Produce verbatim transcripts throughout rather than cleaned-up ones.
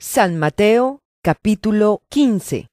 San Mateo, capítulo quince.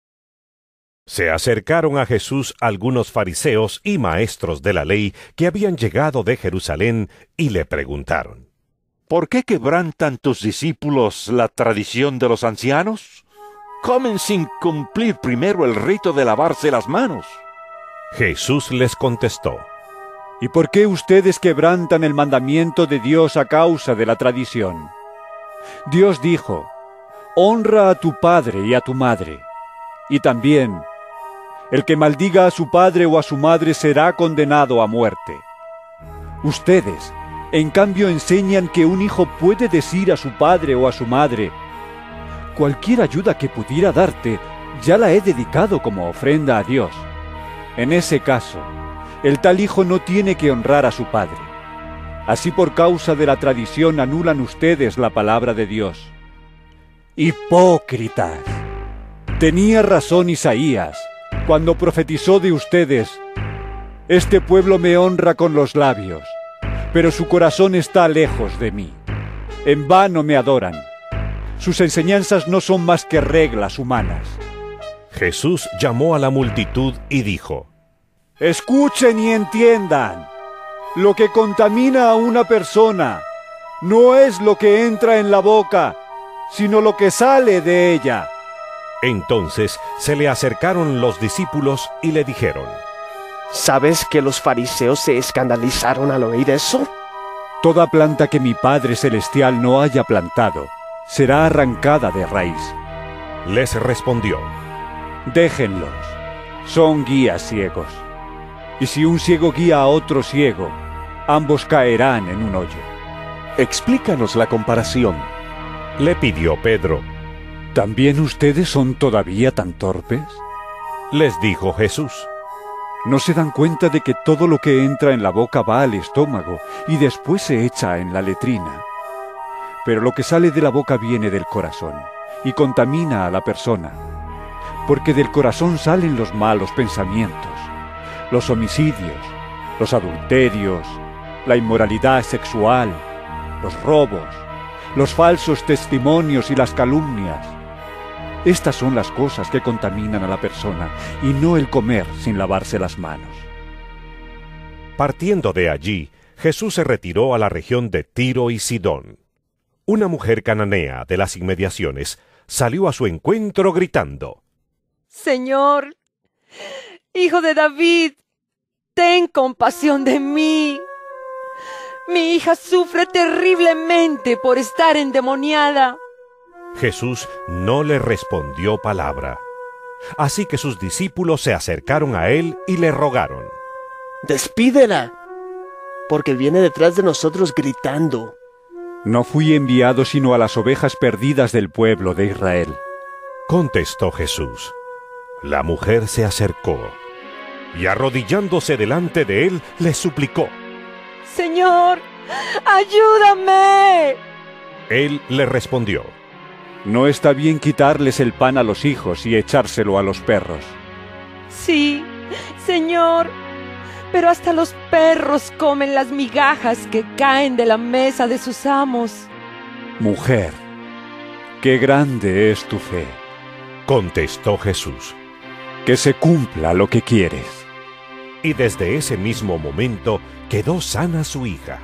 Se acercaron a Jesús algunos fariseos y maestros de la ley que habían llegado de Jerusalén y le preguntaron: ¿Por qué quebrantan tus discípulos la tradición de los ancianos? Comen sin cumplir primero el rito de lavarse las manos. Jesús les contestó: ¿Y por qué ustedes quebrantan el mandamiento de Dios a causa de la tradición? Dios dijo: honra a tu padre y a tu madre. Y también: el que maldiga a su padre o a su madre será condenado a muerte. Ustedes, en cambio, enseñan que un hijo puede decir a su padre o a su madre: cualquier ayuda que pudiera darte, ya la he dedicado como ofrenda a Dios. En ese caso, el tal hijo no tiene que honrar a su padre. Así, por causa de la tradición, anulan ustedes la palabra de Dios. ¡Hipócritas! Tenía razón Isaías cuando profetizó de ustedes: este pueblo me honra con los labios, pero su corazón está lejos de mí. En vano me adoran. Sus enseñanzas no son más que reglas humanas. Jesús llamó a la multitud y dijo: escuchen y entiendan. Lo que contamina a una persona no es lo que entra en la boca, sino lo que sale de ella. Entonces se le acercaron los discípulos y le dijeron: ¿sabes que los fariseos se escandalizaron al oír eso? Toda planta que mi Padre Celestial no haya plantado será arrancada de raíz. Les respondió: déjenlos, son guías ciegos. Y si un ciego guía a otro ciego, ambos caerán en un hoyo. Explícanos la comparación, le pidió Pedro. ¿También ustedes son todavía tan torpes? Les dijo Jesús: ¿no se dan cuenta de que todo lo que entra en la boca va al estómago y después se echa en la letrina? Pero lo que sale de la boca viene del corazón y contamina a la persona, porque del corazón salen los malos pensamientos, los homicidios, los adulterios, la inmoralidad sexual, los robos, los falsos testimonios y las calumnias. Estas son las cosas que contaminan a la persona, y no el comer sin lavarse las manos. Partiendo de allí, Jesús se retiró a la región de Tiro y Sidón. Una mujer cananea de las inmediaciones salió a su encuentro gritando: Señor, Hijo de David, ten compasión de mí. Mi hija sufre terriblemente por estar endemoniada. Jesús no le respondió palabra. Así que sus discípulos se acercaron a él y le rogaron: despídela, porque viene detrás de nosotros gritando. No fui enviado sino a las ovejas perdidas del pueblo de Israel. Contestó Jesús. La mujer se acercó y, arrodillándose delante de él, le suplicó: Señor, ayúdame. Él le respondió: no está bien quitarles el pan a los hijos y echárselo a los perros. Sí, Señor, pero hasta los perros comen las migajas que caen de la mesa de sus amos. Mujer, qué grande es tu fe. Contestó Jesús: que se cumpla lo que quieres. Y desde ese mismo momento quedó sana su hija.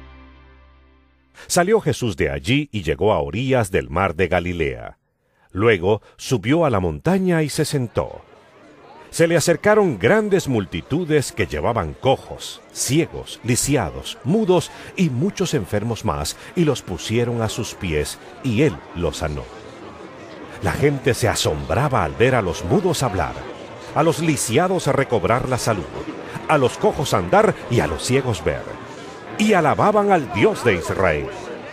Salió Jesús de allí y llegó a orillas del mar de Galilea. Luego subió a la montaña y se sentó. Se le acercaron grandes multitudes que llevaban cojos, ciegos, lisiados, mudos y muchos enfermos más, y los pusieron a sus pies, y él los sanó. La gente se asombraba al ver a los mudos hablar, a los lisiados recobrar la salud, a los cojos andar y a los ciegos ver, y alababan al Dios de Israel.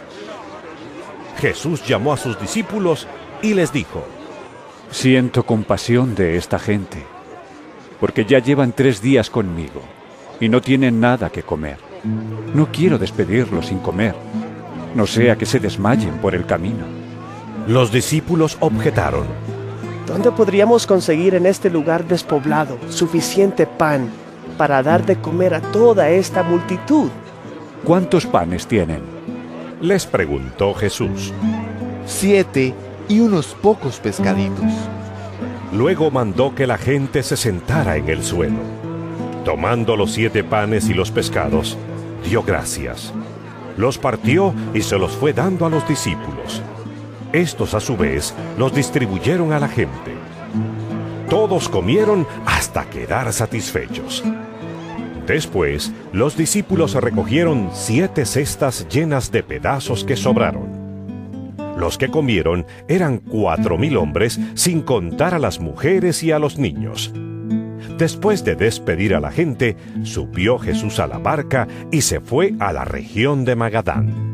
Jesús llamó a sus discípulos y les dijo: siento compasión de esta gente, porque ya llevan tres días conmigo y no tienen nada que comer. No quiero despedirlos sin comer, no sea que se desmayen por el camino. Los discípulos objetaron: ¿dónde podríamos conseguir en este lugar despoblado suficiente pan para dar de comer a toda esta multitud? ¿Cuántos panes tienen? Les preguntó Jesús. Siete y unos pocos pescaditos. Luego mandó que la gente se sentara en el suelo. Tomando los siete panes y los pescados, dio gracias. Los partió y se los fue dando a los discípulos. Estos, a su vez, los distribuyeron a la gente. Todos comieron hasta quedar satisfechos. Después, los discípulos recogieron siete cestas llenas de pedazos que sobraron. Los que comieron eran cuatro mil hombres, sin contar a las mujeres y a los niños. Después de despedir a la gente, subió Jesús a la barca y se fue a la región de Magadán.